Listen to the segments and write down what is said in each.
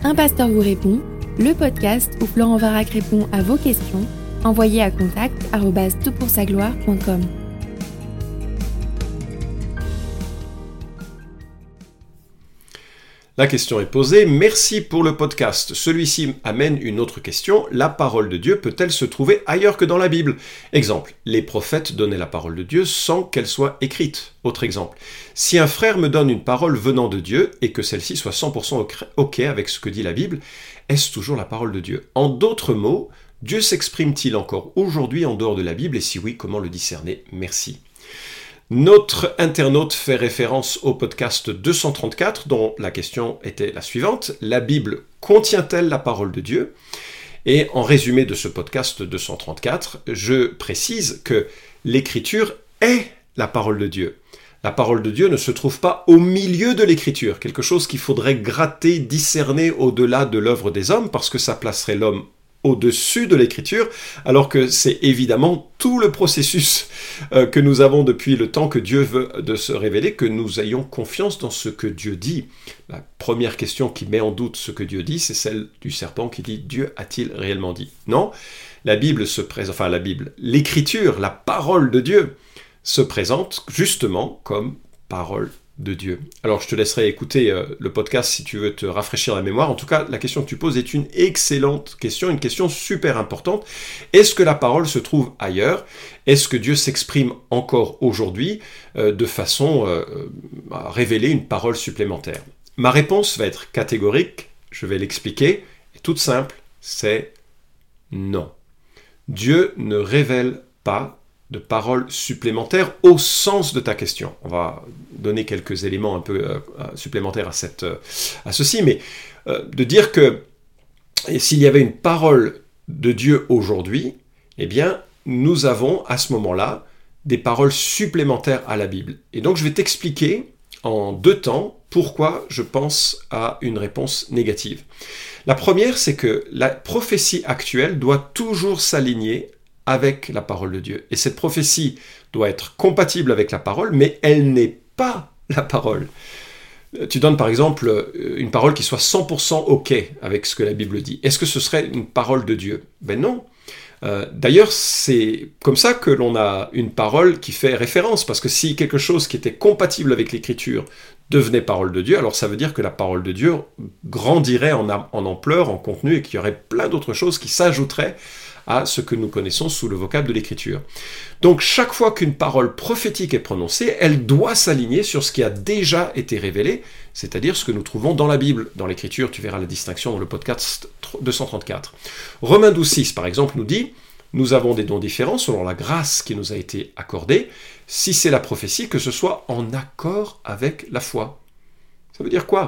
Un pasteur vous répond, le podcast où Florent Varac répond à vos questions, envoyez à contact@toutpoursagloire.com. La question est posée. Merci pour le podcast. Celui-ci amène une autre question. La parole de Dieu peut-elle se trouver ailleurs que dans la Bible ? Exemple, les prophètes donnaient la parole de Dieu sans qu'elle soit écrite. Autre exemple, si un frère me donne une parole venant de Dieu et que celle-ci soit 100% OK avec ce que dit la Bible, est-ce toujours la parole de Dieu ? En d'autres mots, Dieu s'exprime-t-il encore aujourd'hui en dehors de la Bible ? Et si oui, comment le discerner ? Merci. Notre internaute fait référence au podcast 234 dont la question était la suivante. La Bible contient-elle la parole de Dieu ? Et en résumé de ce podcast 234, je précise que l'écriture est la parole de Dieu. La parole de Dieu ne se trouve pas au milieu de l'écriture, quelque chose qu'il faudrait gratter, discerner au-delà de l'œuvre des hommes, parce que ça placerait l'homme au-dessus de l'écriture, alors que c'est évidemment tout le processus que nous avons depuis le temps que Dieu veut de se révéler, que nous ayons confiance dans ce que Dieu dit. La première question qui met en doute ce que Dieu dit, c'est celle du serpent qui dit « Dieu a-t-il réellement dit ?» Non, la Bible se présente, enfin la Bible, l'écriture, la parole de Dieu se présente justement comme parole de Dieu. Alors je te laisserai écouter le podcast si tu veux te rafraîchir la mémoire. En tout cas, la question que tu poses est une excellente question, une question super importante. Est-ce que la parole se trouve ailleurs ? Est-ce que Dieu s'exprime encore aujourd'hui de façon à révéler une parole supplémentaire ? Ma réponse va être catégorique, je vais l'expliquer, et toute simple, c'est non. Dieu ne révèle pas de paroles supplémentaires au sens de ta question. On va donner quelques éléments un peu supplémentaires à ceci, mais de dire que s'il y avait une parole de Dieu aujourd'hui, eh bien, nous avons à ce moment-là des paroles supplémentaires à la Bible. Et donc, je vais t'expliquer en 2 temps pourquoi je pense à une réponse négative. La première, c'est que la prophétie actuelle doit toujours s'aligner avec la parole de Dieu. Et cette prophétie doit être compatible avec la parole, mais elle n'est pas la parole. Tu donnes par exemple une parole qui soit 100% OK avec ce que la Bible dit. Est-ce que ce serait une parole de Dieu ? Ben non. D'ailleurs, c'est comme ça que l'on a une parole qui fait référence, parce que si quelque chose qui était compatible avec l'Écriture devenait parole de Dieu, alors ça veut dire que la parole de Dieu grandirait en ampleur, en contenu, et qu'il y aurait plein d'autres choses qui s'ajouteraient à ce que nous connaissons sous le vocable de l'Écriture. Donc chaque fois qu'une parole prophétique est prononcée, elle doit s'aligner sur ce qui a déjà été révélé, c'est-à-dire ce que nous trouvons dans la Bible. Dans l'Écriture, tu verras la distinction dans le podcast 234. Romains 12,6 par exemple nous dit « Nous avons des dons différents selon la grâce qui nous a été accordée, si c'est la prophétie, que ce soit en accord avec la foi. » Ça veut dire quoi ?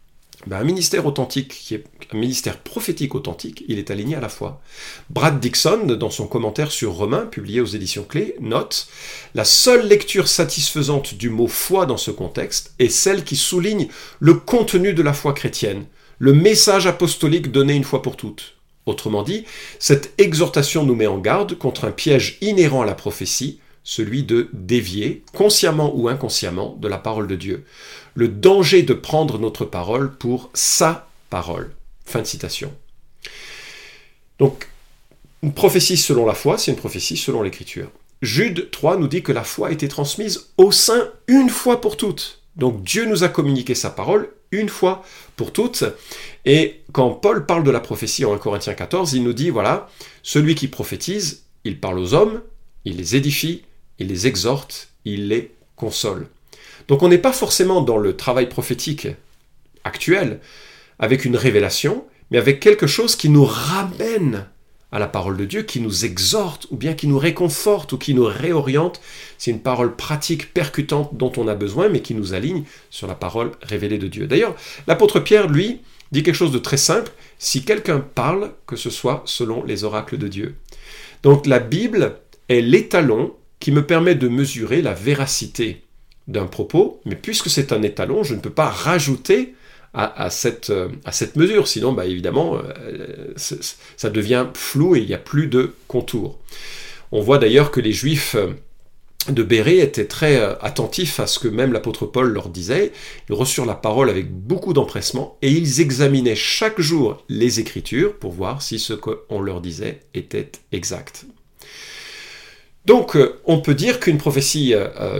Un ministère authentique, qui est un ministère prophétique authentique, il est aligné à la foi. Brad Dixon, dans son commentaire sur Romains, publié aux éditions Clés, note « La seule lecture satisfaisante du mot « foi » dans ce contexte est celle qui souligne le contenu de la foi chrétienne, le message apostolique donné une fois pour toutes. » Autrement dit, cette exhortation nous met en garde contre un piège inhérent à la prophétie, celui de dévier, consciemment ou inconsciemment, de la parole de Dieu. Le danger de prendre notre parole pour sa parole. Fin de citation. Donc, une prophétie selon la foi, c'est une prophétie selon l'Écriture. Jude 3 nous dit que la foi a été transmise au sein une fois pour toutes. Donc Dieu nous a communiqué sa parole une fois pour toutes. Et quand Paul parle de la prophétie en 1 Corinthiens 14, il nous dit, voilà, celui qui prophétise, il parle aux hommes, il les édifie, il les exhorte, il les console. Donc on n'est pas forcément dans le travail prophétique actuel avec une révélation, mais avec quelque chose qui nous ramène à la parole de Dieu, qui nous exhorte, ou bien qui nous réconforte, ou qui nous réoriente. C'est une parole pratique, percutante, dont on a besoin, mais qui nous aligne sur la parole révélée de Dieu. D'ailleurs, l'apôtre Pierre, lui, dit quelque chose de très simple, si quelqu'un parle, que ce soit selon les oracles de Dieu. Donc la Bible est l'étalon qui me permet de mesurer la véracité d'un propos, mais puisque c'est un étalon, je ne peux pas rajouter à cette mesure, sinon évidemment ça devient flou et il n'y a plus de contour. On voit d'ailleurs que les Juifs de Bérée étaient très attentifs à ce que même l'apôtre Paul leur disait. Ils reçurent la parole avec beaucoup d'empressement et ils examinaient chaque jour les Écritures pour voir si ce qu'on leur disait était exact. Donc, on peut dire qu'une prophétie,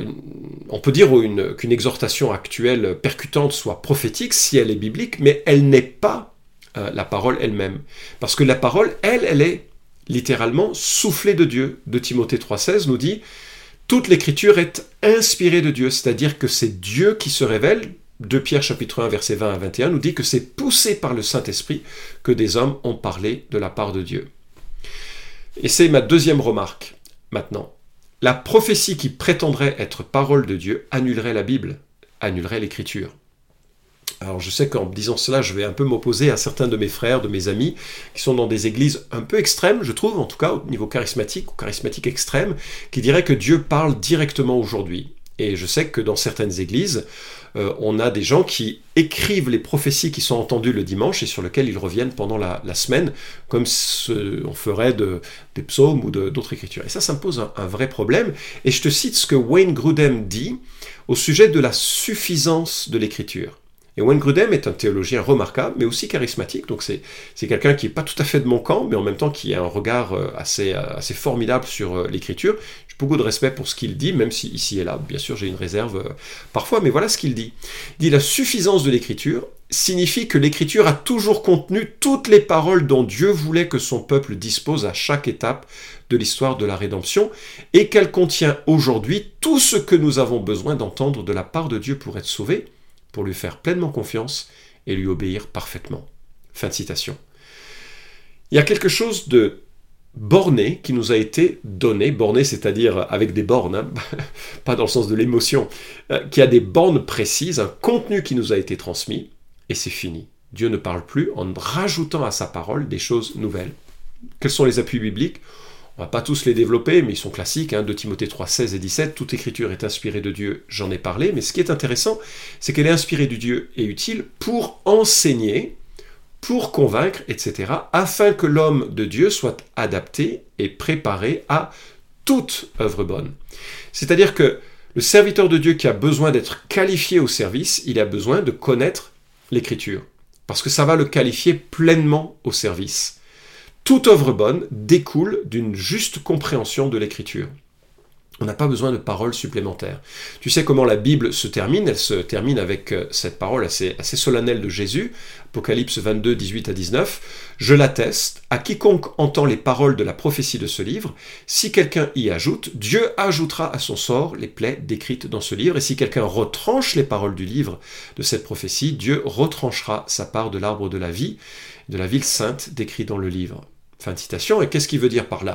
on peut dire qu'une exhortation actuelle percutante soit prophétique si elle est biblique, mais elle n'est pas la parole elle-même. Parce que la parole, elle est littéralement soufflée de Dieu. 2 Timothée 3,16 nous dit « Toute l'écriture est inspirée de Dieu », c'est-à-dire que c'est Dieu qui se révèle. 2 Pierre chapitre 1, versets 20 à 21 nous dit que c'est poussé par le Saint-Esprit que des hommes ont parlé de la part de Dieu. Et c'est ma deuxième remarque. Maintenant, la prophétie qui prétendrait être parole de Dieu annulerait la Bible, annulerait l'Écriture. Alors je sais qu'en disant cela, je vais un peu m'opposer à certains de mes frères, de mes amis, qui sont dans des églises un peu extrêmes, je trouve, en tout cas au niveau charismatique, ou charismatique extrême, qui diraient que Dieu parle directement aujourd'hui. Et je sais que dans certaines églises, on a des gens qui écrivent les prophéties qui sont entendues le dimanche et sur lesquelles ils reviennent pendant la semaine, comme on ferait des psaumes ou d'autres écritures. Et ça me pose un vrai problème. Et je te cite ce que Wayne Grudem dit au sujet de la suffisance de l'écriture. Et Wayne Grudem est un théologien remarquable, mais aussi charismatique, donc c'est quelqu'un qui n'est pas tout à fait de mon camp, mais en même temps qui a un regard assez formidable sur l'écriture. J'ai beaucoup de respect pour ce qu'il dit, même si ici et là, bien sûr, j'ai une réserve parfois, mais voilà ce qu'il dit. Il dit « La suffisance de l'écriture signifie que l'écriture a toujours contenu toutes les paroles dont Dieu voulait que son peuple dispose à chaque étape de l'histoire de la rédemption, et qu'elle contient aujourd'hui tout ce que nous avons besoin d'entendre de la part de Dieu pour être sauvés, pour lui faire pleinement confiance et lui obéir parfaitement. » Fin de citation. Il y a quelque chose de borné qui nous a été donné, borné c'est-à-dire avec des bornes, hein, pas dans le sens de l'émotion, qui a des bornes précises, un contenu qui nous a été transmis, et c'est fini. Dieu ne parle plus en rajoutant à sa parole des choses nouvelles. Quels sont les appuis bibliques ? On ne va pas tous les développer, mais ils sont classiques, 2 Timothée 3, 16 et 17, toute écriture est inspirée de Dieu, j'en ai parlé, mais ce qui est intéressant, c'est qu'elle est inspirée de Dieu et utile pour enseigner, pour convaincre, etc., afin que l'homme de Dieu soit adapté et préparé à toute œuvre bonne. C'est-à-dire que le serviteur de Dieu qui a besoin d'être qualifié au service, il a besoin de connaître l'écriture, parce que ça va le qualifier pleinement au service. Toute œuvre bonne découle d'une juste compréhension de l'écriture. On n'a pas besoin de paroles supplémentaires. Tu sais comment la Bible se termine ? Elle se termine avec cette parole assez solennelle de Jésus, Apocalypse 22, 18 à 19. « Je l'atteste, à quiconque entend les paroles de la prophétie de ce livre, si quelqu'un y ajoute, Dieu ajoutera à son sort les plaies décrites dans ce livre, et si quelqu'un retranche les paroles du livre de cette prophétie, Dieu retranchera sa part de l'arbre de la vie, de la ville sainte décrit dans le livre. » Fin de citation. Et qu'est-ce qu'il veut dire par là ?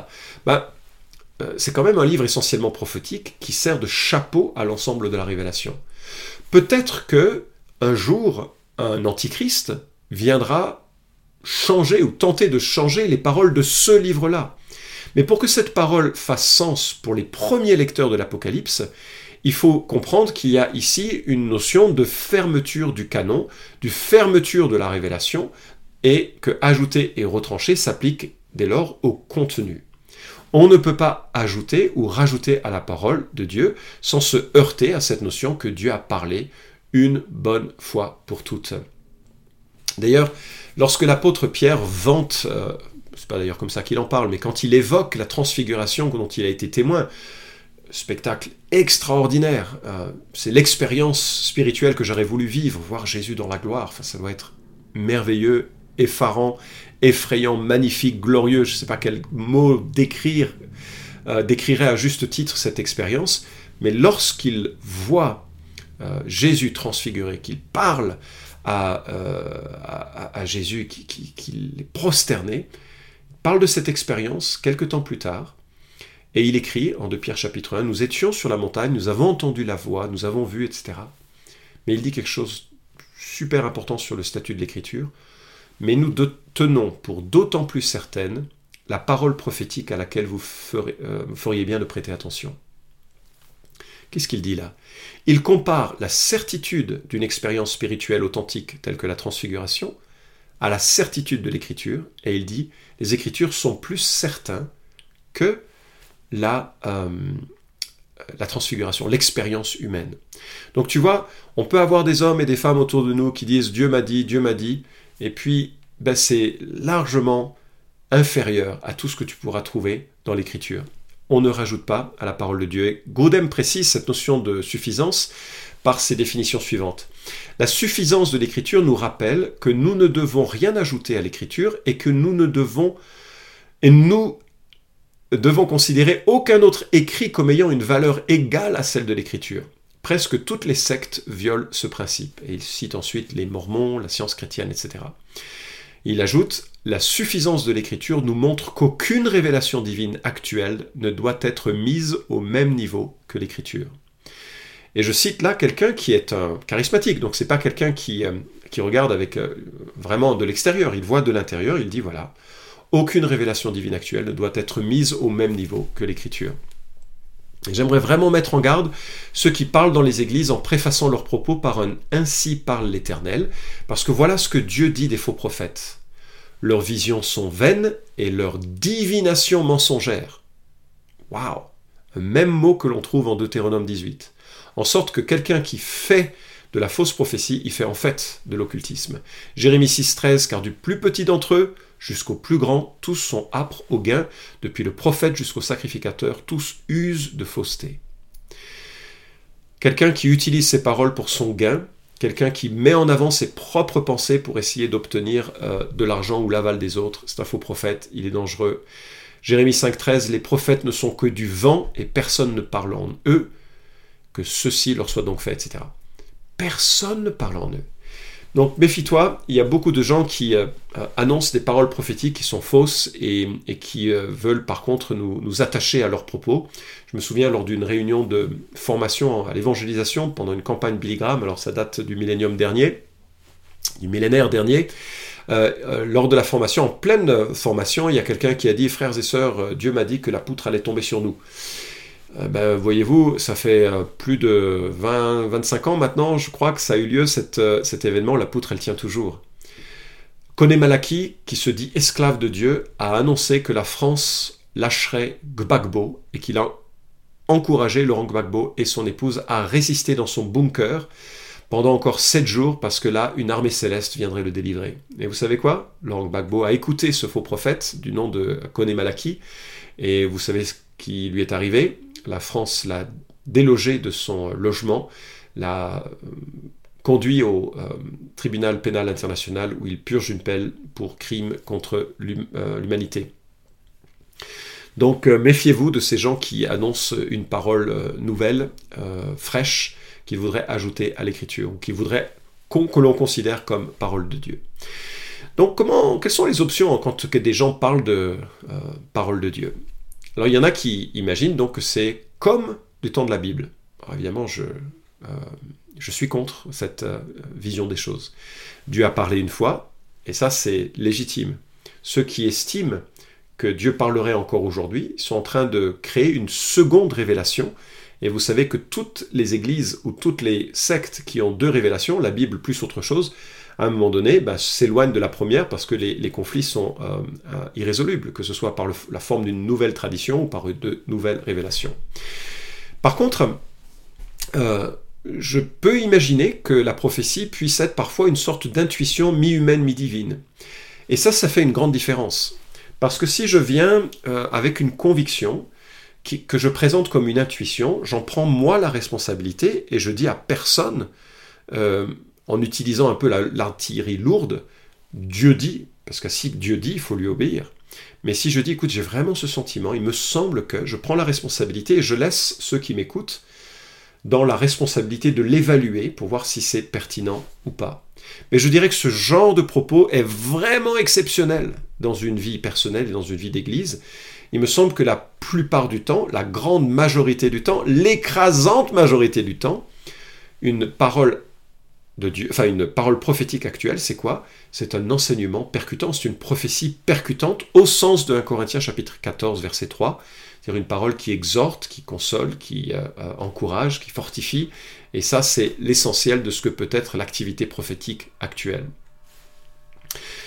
C'est quand même un livre essentiellement prophétique qui sert de chapeau à l'ensemble de la révélation. Peut-être que un jour, un antichrist viendra changer ou tenter de changer les paroles de ce livre-là. Mais pour que cette parole fasse sens pour les premiers lecteurs de l'Apocalypse, il faut comprendre qu'il y a ici une notion de fermeture du canon, de fermeture de la révélation, et que ajouter et retrancher s'applique dès lors au contenu. On ne peut pas ajouter ou rajouter à la parole de Dieu sans se heurter à cette notion que Dieu a parlé une bonne fois pour toutes. D'ailleurs, lorsque l'apôtre Pierre vante, c'est pas d'ailleurs comme ça qu'il en parle, mais quand il évoque la transfiguration dont il a été témoin, spectacle extraordinaire, c'est l'expérience spirituelle que j'aurais voulu vivre, voir Jésus dans la gloire, enfin, ça doit être merveilleux, effarant, effrayant, magnifique, glorieux, je ne sais pas quel mot décrirait à juste titre cette expérience, mais lorsqu'il voit Jésus transfiguré, qu'il parle à Jésus, qu'il est prosterné, il parle de cette expérience quelque temps plus tard, et il écrit en 2 Pierre chapitre 1, « Nous étions sur la montagne, nous avons entendu la voix, nous avons vu, etc. » Mais il dit quelque chose de super important sur le statut de l'écriture, mais nous tenons pour d'autant plus certaine la parole prophétique à laquelle vous feriez bien de prêter attention. Qu'est-ce qu'il dit là ? Il compare la certitude d'une expérience spirituelle authentique telle que la transfiguration à la certitude de l'écriture, et il dit les écritures sont plus certains que la transfiguration, l'expérience humaine. Donc tu vois, on peut avoir des hommes et des femmes autour de nous qui disent « Dieu m'a dit », et puis c'est largement inférieur à tout ce que tu pourras trouver dans l'Écriture. On ne rajoute pas à la parole de Dieu. Et Grudem précise cette notion de suffisance par ses définitions suivantes. La suffisance de l'Écriture nous rappelle que nous ne devons rien ajouter à l'Écriture et que nous devons considérer aucun autre écrit comme ayant une valeur égale à celle de l'Écriture. Presque toutes les sectes violent ce principe. Et il cite ensuite les Mormons, la science chrétienne, etc. Il ajoute « La suffisance de l'Écriture nous montre qu'aucune révélation divine actuelle ne doit être mise au même niveau que l'Écriture. » Et je cite là quelqu'un qui est un charismatique, donc c'est pas quelqu'un qui regarde avec vraiment de l'extérieur, il voit de l'intérieur, il dit voilà, aucune révélation divine actuelle ne doit être mise au même niveau que l'Écriture. Et j'aimerais vraiment mettre en garde ceux qui parlent dans les églises en préfaçant leurs propos par un « ainsi parle l'Éternel », parce que voilà ce que Dieu dit des faux prophètes. Leurs visions sont vaines et leurs divinations mensongères. Waouh! Un même mot que l'on trouve en Deutéronome 18. En sorte que quelqu'un qui fait de la fausse prophétie, il fait en fait de l'occultisme. Jérémie 6,13, car du plus petit d'entre eux jusqu'au plus grand, tous sont âpres au gain, depuis le prophète jusqu'au sacrificateur, tous usent de fausseté. Quelqu'un qui utilise ses paroles pour son gain, quelqu'un qui met en avant ses propres pensées pour essayer d'obtenir de l'argent ou l'aval des autres, c'est un faux prophète, il est dangereux. Jérémie 5,13, les prophètes ne sont que du vent et personne ne parle en eux, que ceci leur soit donc fait, etc. Personne ne parle en eux. Donc méfie-toi, il y a beaucoup de gens qui annoncent des paroles prophétiques qui sont fausses et qui veulent par contre nous attacher à leurs propos. Je me souviens lors d'une réunion de formation à l'évangélisation pendant une campagne Billy Graham, alors ça date du millénaire dernier, lors de la formation, en pleine formation, il y a quelqu'un qui a dit « Frères et sœurs, Dieu m'a dit que la poutre allait tomber sur nous ». Voyez-vous, ça fait plus de 20-25 ans maintenant, je crois que ça a eu lieu, cet événement, la poutre elle tient toujours. Kone Malaki, qui se dit esclave de Dieu, a annoncé que la France lâcherait Gbagbo et qu'il a encouragé Laurent Gbagbo et son épouse à résister dans son bunker pendant encore 7 jours parce que là, une armée céleste viendrait le délivrer. Et vous savez quoi? Laurent Gbagbo a écouté ce faux prophète du nom de Kone Malaki et vous savez ce qui lui est arrivé? La France l'a délogé de son logement, l'a conduit au tribunal pénal international où il purge une peine pour crime contre l'humanité. Donc méfiez-vous de ces gens qui annoncent une parole nouvelle, fraîche, qu'ils voudraient ajouter à l'écriture, ou qui voudraient que l'on considère comme parole de Dieu. Donc quelles sont les options quand des gens parlent de parole de Dieu? Alors il y en a qui imaginent donc que c'est comme du temps de la Bible. Alors évidemment, je suis contre cette vision des choses. Dieu a parlé une fois, et ça c'est légitime. Ceux qui estiment que Dieu parlerait encore aujourd'hui sont en train de créer une seconde révélation, et vous savez que toutes les églises ou toutes les sectes qui ont 2 révélations, la Bible plus autre chose, à un moment donné, s'éloignent de la première parce que les conflits sont irrésolubles, que ce soit par la forme d'une nouvelle tradition ou par de nouvelles révélations. Par contre, je peux imaginer que la prophétie puisse être parfois une sorte d'intuition mi-humaine, mi-divine. Et ça fait une grande différence. Parce que si je viens avec une conviction que je présente comme une intuition, j'en prends moi la responsabilité et je dis à personne... en utilisant un peu l'artillerie lourde, Dieu dit, parce que si Dieu dit, il faut lui obéir. Mais si je dis, écoute, j'ai vraiment ce sentiment, il me semble que je prends la responsabilité et je laisse ceux qui m'écoutent dans la responsabilité de l'évaluer pour voir si c'est pertinent ou pas. Mais je dirais que ce genre de propos est vraiment exceptionnel dans une vie personnelle et dans une vie d'église. Il me semble que la plupart du temps, la grande majorité du temps, l'écrasante majorité du temps, une parole de Dieu, enfin une parole prophétique actuelle, c'est quoi? C'est un enseignement percutant, c'est une prophétie percutante au sens de 1 Corinthiens chapitre 14 verset 3, c'est-à-dire une parole qui exhorte, qui console, qui encourage, qui fortifie, et ça c'est l'essentiel de ce que peut être l'activité prophétique actuelle.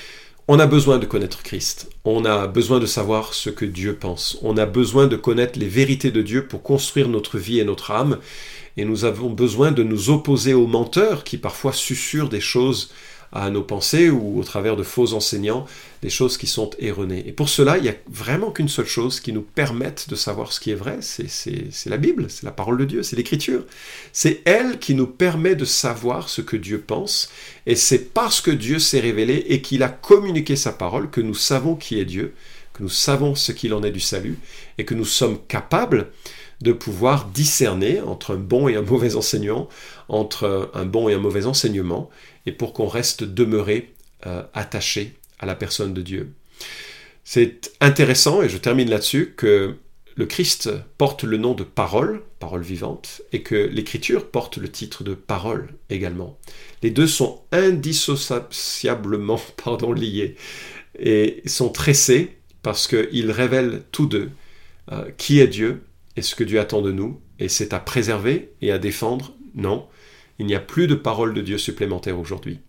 On a besoin de connaître Christ, on a besoin de savoir ce que Dieu pense, on a besoin de connaître les vérités de Dieu pour construire notre vie et notre âme, et nous avons besoin de nous opposer aux menteurs qui parfois susurrent des choses à nos pensées ou au travers de faux enseignants, des choses qui sont erronées. Et pour cela, il n'y a vraiment qu'une seule chose qui nous permette de savoir ce qui est vrai, c'est la Bible, c'est la parole de Dieu, c'est l'Écriture. C'est elle qui nous permet de savoir ce que Dieu pense, et c'est parce que Dieu s'est révélé et qu'il a communiqué sa parole que nous savons qui est Dieu, que nous savons ce qu'il en est du salut, et que nous sommes capables de pouvoir discerner entre un bon et un mauvais enseignant, entre un bon et un mauvais enseignement, et pour qu'on reste demeuré attaché à la personne de Dieu. C'est intéressant, et je termine là-dessus, que le Christ porte le nom de parole, parole vivante, et que l'Écriture porte le titre de parole également. Les deux sont indissociablement liés, et sont tressés parce qu'ils révèlent tous deux qui est Dieu, et ce que Dieu attend de nous, et c'est à préserver et à défendre. Non, il n'y a plus de parole de Dieu supplémentaire aujourd'hui.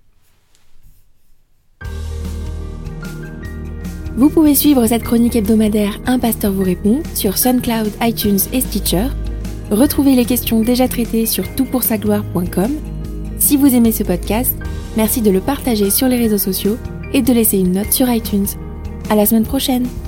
Vous pouvez suivre cette chronique hebdomadaire Un pasteur vous répond sur SoundCloud, iTunes et Stitcher. Retrouvez les questions déjà traitées sur toutpoursagloire.com. Si vous aimez ce podcast, merci de le partager sur les réseaux sociaux et de laisser une note sur iTunes. À la semaine prochaine!